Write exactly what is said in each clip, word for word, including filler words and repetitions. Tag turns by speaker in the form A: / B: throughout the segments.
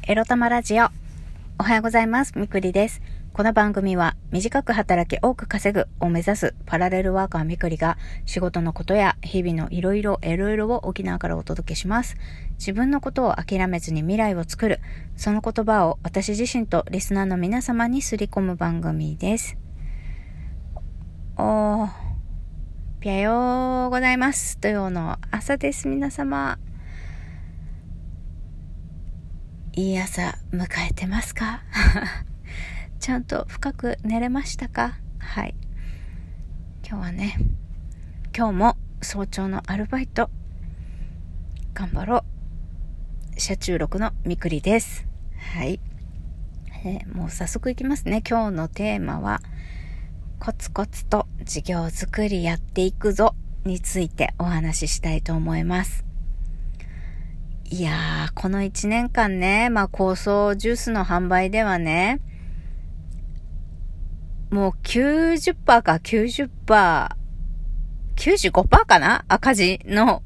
A: エロ玉ラジオ。おはようございます。みくりです。この番組は短く働き多く稼ぐを目指すパラレルワーカーみくりが仕事のことや日々のいろいろいろいろを沖縄からお届けします。自分のことを諦めずに未来を作る、その言葉を私自身とリスナーの皆様にすり込む番組です。おー、ぴゃよーございます。土曜の朝です。皆様。いい朝迎えてますか？ちゃんと深く寝れましたか？はい。今日はね、今日も早朝のアルバイト頑張ろう。車中録のみくりです。はい、えー、もう早速いきますね。今日のテーマはコツコツと事業作りやっていくぞについてお話ししたいと思います。いやー、このいちねんかんね、まあ酵素ジュースの販売ではね、もう きゅうじゅっパーセント か きゅうじゅっパーセント、きゅうじゅうごパーセント かな、赤字の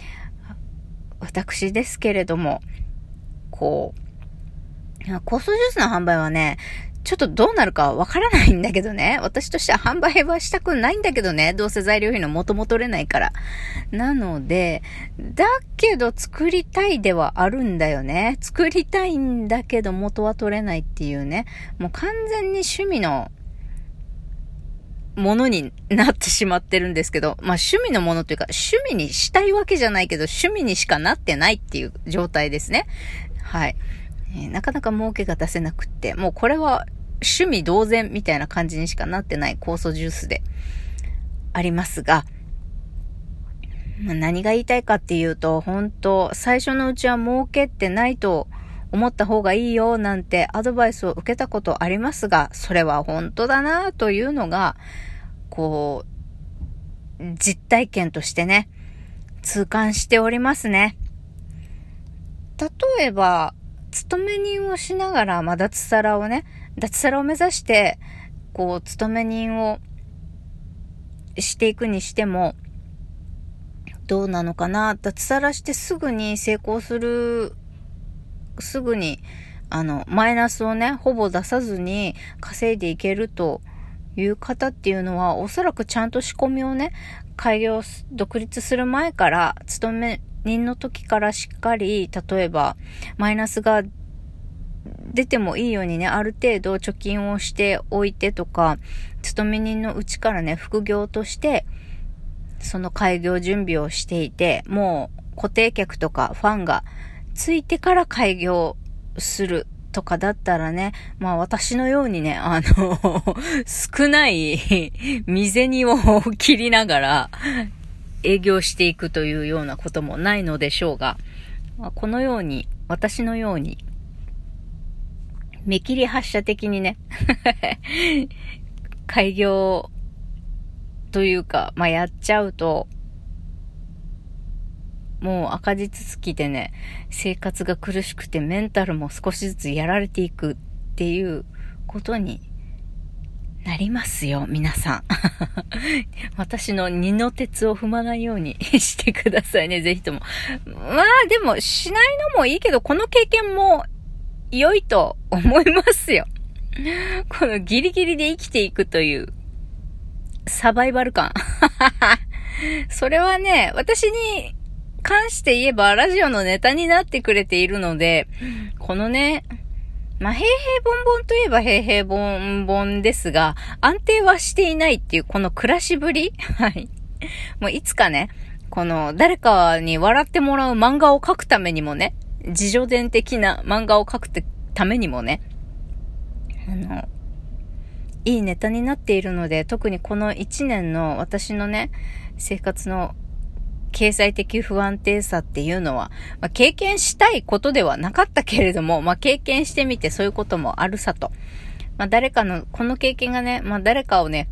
A: 私ですけれども、こう、酵素ジュースの販売はね、ちょっとどうなるかわからないんだけどね。私としては販売はしたくないんだけどね。どうせ材料費の元も取れないから。なので、だけど作りたいではあるんだよね。作りたいんだけど元は取れないっていうね。もう完全に趣味のものになってしまってるんですけど、まあ趣味のものというか趣味にしたいわけじゃないけど趣味にしかなってないっていう状態ですね。はい。えー、なかなか儲けが出せなくって、もうこれは趣味同然みたいな感じにしかなってない酵素ジュースでありますが、まあ、何が言いたいかっていうと、本当最初のうちは儲けってないと思った方がいいよなんてアドバイスを受けたことありますが、それは本当だなというのがこう実体験としてね痛感しておりますね。例えば勤め人をしながら、まあ、脱サラをね、脱サラを目指して、こう、勤め人をしていくにしても、どうなのかな。脱サラしてすぐに成功する、すぐに、あの、マイナスをね、ほぼ出さずに稼いでいけるという方っていうのは、おそらくちゃんと仕込みをね、開業、独立する前から、勤め、人の時からしっかり、例えばマイナスが出てもいいようにね、ある程度貯金をしておいてとか、勤め人のうちからね、副業としてその開業準備をしていて、もう固定客とかファンがついてから開業するとかだったらね、まあ私のようにね、あの少ない身銭を切りながら営業していくというようなこともないのでしょうが、このように、私のように、見切り発車的にね、開業というか、まあ、やっちゃうと、もう赤字続きでね、生活が苦しくてメンタルも少しずつやられていくっていうことになりますよ、皆さん。私の二の鉄を踏まないようにしてくださいね、ぜひとも。まあでもしないのもいいけど、この経験も良いと思いますよ。このギリギリで生きていくというサバイバル感。それはね、私に関して言えばラジオのネタになってくれているので、このね、まあ、平々凡々といえば平々凡々ですが、安定はしていないっていうこの暮らしぶりはい。もういつかね、この誰かに笑ってもらう漫画を描くためにもね、自叙伝的な漫画を描くためにもね、あの、いいネタになっているので、特にこのいちねんの私のね、生活の経済的不安定さっていうのは、まあ、経験したいことではなかったけれども、まあ、経験してみてそういうこともあるさと。まあ、誰かの、この経験がね、まあ、誰かをね、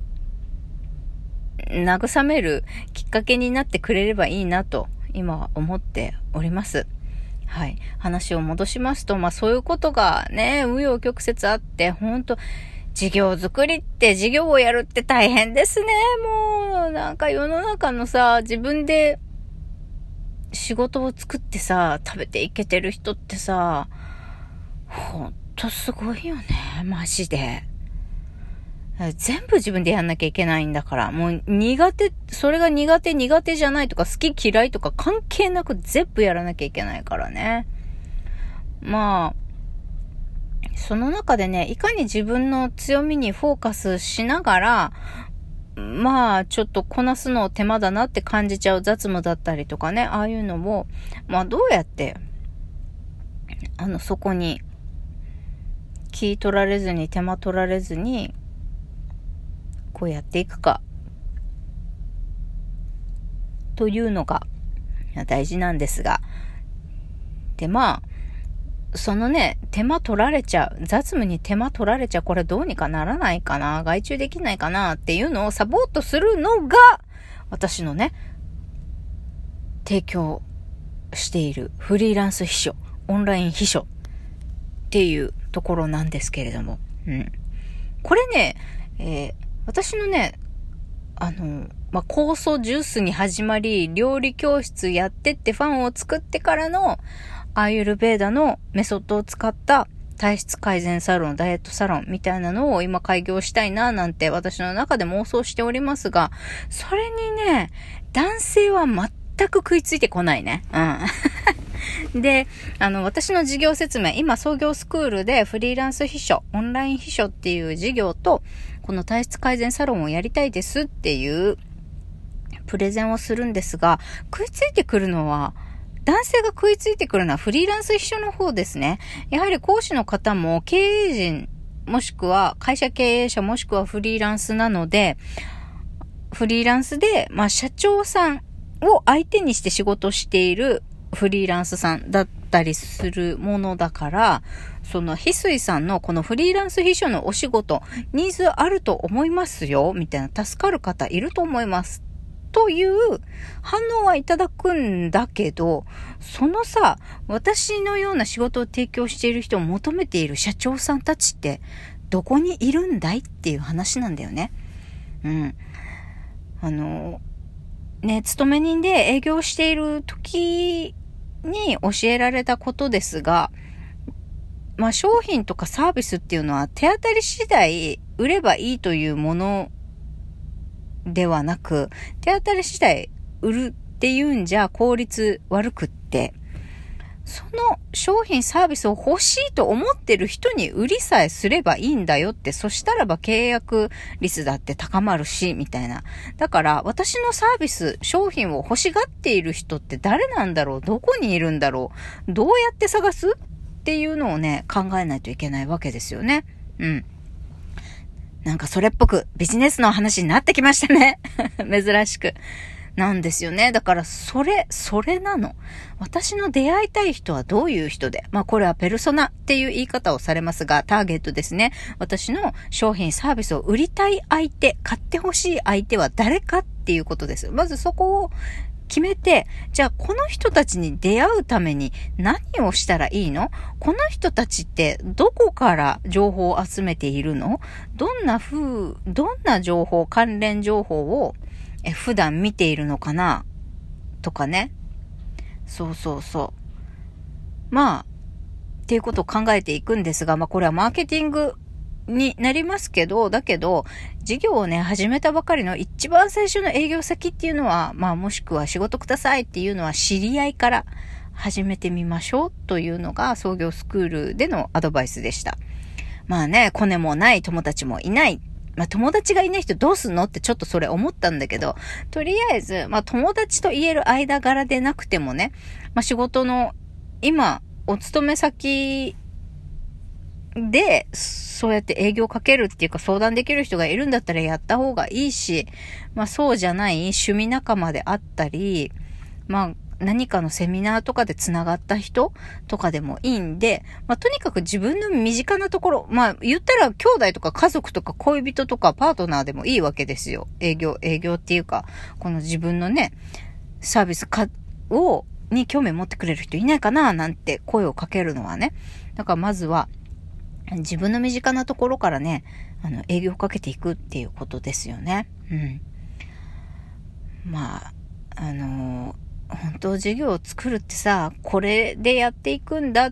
A: 慰めるきっかけになってくれればいいなと、今は思っております。はい。話を戻しますと、まあ、そういうことがね、紆余曲折あって、ほんと、事業作りって事業をやるって大変ですね。もうなんか世の中のさ、自分で仕事を作ってさ、食べていけてる人ってさ、 ほんとすごいよね、マジで。全部自分でやんなきゃいけないんだから、もう苦手、それが苦手苦手じゃないとか好き嫌いとか関係なく全部やらなきゃいけないからね。まあ、その中でね、いかに自分の強みにフォーカスしながら、まあ、ちょっとこなすの手間だなって感じちゃう雑務だったりとかね、ああいうのも、まあどうやって、あの、そこに、気取られずに手間取られずに、こうやっていくかというのが大事なんですが、でまあそのね手間取られちゃう、雑務に手間取られちゃう、これどうにかならないかな、外注できないかなっていうのをサポートするのが私のね提供しているフリーランス秘書、オンライン秘書っていうところなんですけれども、うん、これね、えー私のね、あの、まあ、酵素ジュースに始まり、料理教室やってってファンを作ってからの、アーユルベーダのメソッドを使った体質改善サロン、ダイエットサロンみたいなのを今開業したいななんて私の中で妄想しておりますが、それにね、男性は全く食いついてこないね。うん。で、あの、私の事業説明、今創業スクールでフリーランス秘書、オンライン秘書っていう事業と、この体質改善サロンをやりたいですっていうプレゼンをするんですが、食いついてくるのは、男性が食いついてくるのはフリーランス秘書の方ですね。やはり講師の方も経営陣、もしくは会社経営者もしくはフリーランスなので、フリーランスで、まあ社長さんを相手にして仕事しているフリーランスさんだったりするものだから、その翡翠さんのこのフリーランス秘書のお仕事ニーズあると思いますよみたいな、助かる方いると思いますという反応はいただくんだけど、そのさ、私のような仕事を提供している人を求めている社長さんたちってどこにいるんだいっていう話なんだよね。うんあのね、勤め人で営業している時に教えられたことですが、まあ商品とかサービスっていうのは手当たり次第売ればいいというものではなく、手当たり次第売るっていうんじゃ効率悪くって、その商品サービスを欲しいと思ってる人に売りさえすればいいんだよって、そしたらば契約率だって高まるしみたいな。だから私のサービス商品を欲しがっている人って誰なんだろう、どこにいるんだろう、どうやって探すっていうのをね考えないといけないわけですよね。うんなんかそれっぽくビジネスの話になってきましたね珍しくなんですよね。だからそれそれなの。私の出会いたい人はどういう人で、まあこれはペルソナっていう言い方をされますが、ターゲットですね。私の商品サービスを売りたい相手、買ってほしい相手は誰かっていうことです。まずそこを決めて、じゃあこの人たちに出会うために何をしたらいいの？この人たちってどこから情報を集めているの？どんな風、どんな情報、関連情報をえ普段見ているのかなとかね。そうそうそう。まあ、っていうことを考えていくんですが、まあこれはマーケティングになりますけど、だけど、事業をね、始めたばかりの一番最初の営業先っていうのは、まあもしくは仕事くださいっていうのは知り合いから始めてみましょうというのが創業スクールでのアドバイスでした。まあね、コネもない友達もいない。まあ友達がいない人どうすんのってちょっとそれ思ったんだけど、とりあえず、まあ友達と言える間柄でなくてもね、まあ仕事の今、お勤め先で、そうやって営業かけるっていうか相談できる人がいるんだったらやった方がいいし、まあそうじゃない趣味仲間であったり、まあ何かのセミナーとかでつながった人とかでもいいんで、まあとにかく自分の身近なところ、まあ言ったら兄弟とか家族とか恋人とかパートナーでもいいわけですよ。営業、営業っていうか、この自分のね、サービスかを、に興味を持ってくれる人いないかななんて声をかけるのはね。だからまずは、自分の身近なところからね、あの、営業をかけていくっていうことですよね。うん。まあ、あのー、本当事業を作るってさ、これでやっていくんだっ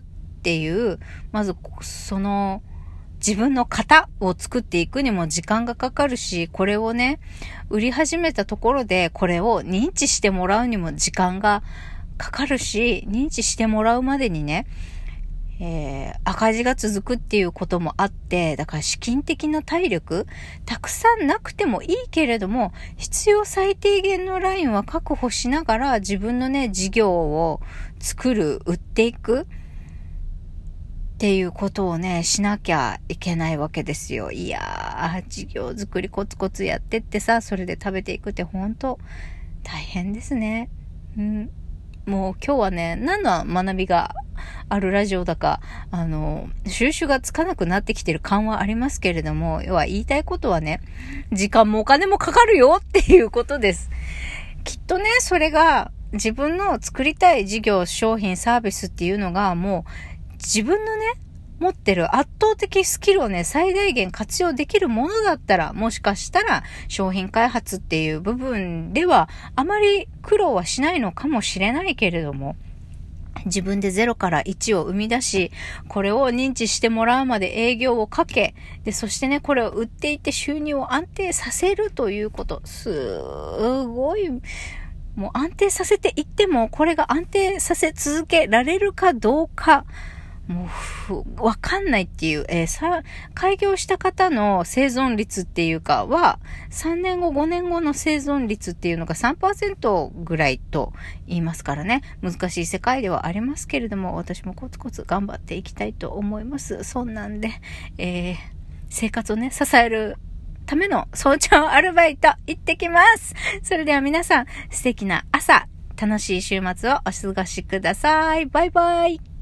A: っていう、まずその自分の型を作っていくにも時間がかかるし、これをね、売り始めたところでこれを認知してもらうにも時間がかかるし、認知してもらうまでにね、えー、赤字が続くっていうこともあって、だから資金的な体力、たくさんなくてもいいけれども、必要最低限のラインは確保しながら自分のね、事業を作る、売っていくっていうことをね、しなきゃいけないわけですよ。いやー、事業作りコツコツやってってさ、それで食べていくって本当大変ですね。うん。もう今日はね、何の学びがあるラジオだか、あの、収集がつかなくなってきてる感はありますけれども、要は言いたいことはね、時間もお金もかかるよっていうことです。きっとね、それが自分の作りたい事業、商品、サービスっていうのがもう自分のね、持ってる圧倒的スキルをね、最大限活用できるものだったら、もしかしたら商品開発っていう部分ではあまり苦労はしないのかもしれないけれども、自分でゼロからいちを生み出し、これを認知してもらうまで営業をかけ、で、そしてね、これを売っていって収入を安定させるということ、すごい、もう安定させていっても、これが安定させ続けられるかどうか、もう、わかんないっていう、えー、さ、開業した方の生存率っていうかは、さんねんご、ごねんごの生存率っていうのが さんパーセント ぐらいと言いますからね。難しい世界ではありますけれども、私もコツコツ頑張っていきたいと思います。そんなんで、えー、生活をね、支えるための早朝アルバイト行ってきます。それでは皆さん、素敵な朝、楽しい週末をお過ごしください。バイバイ。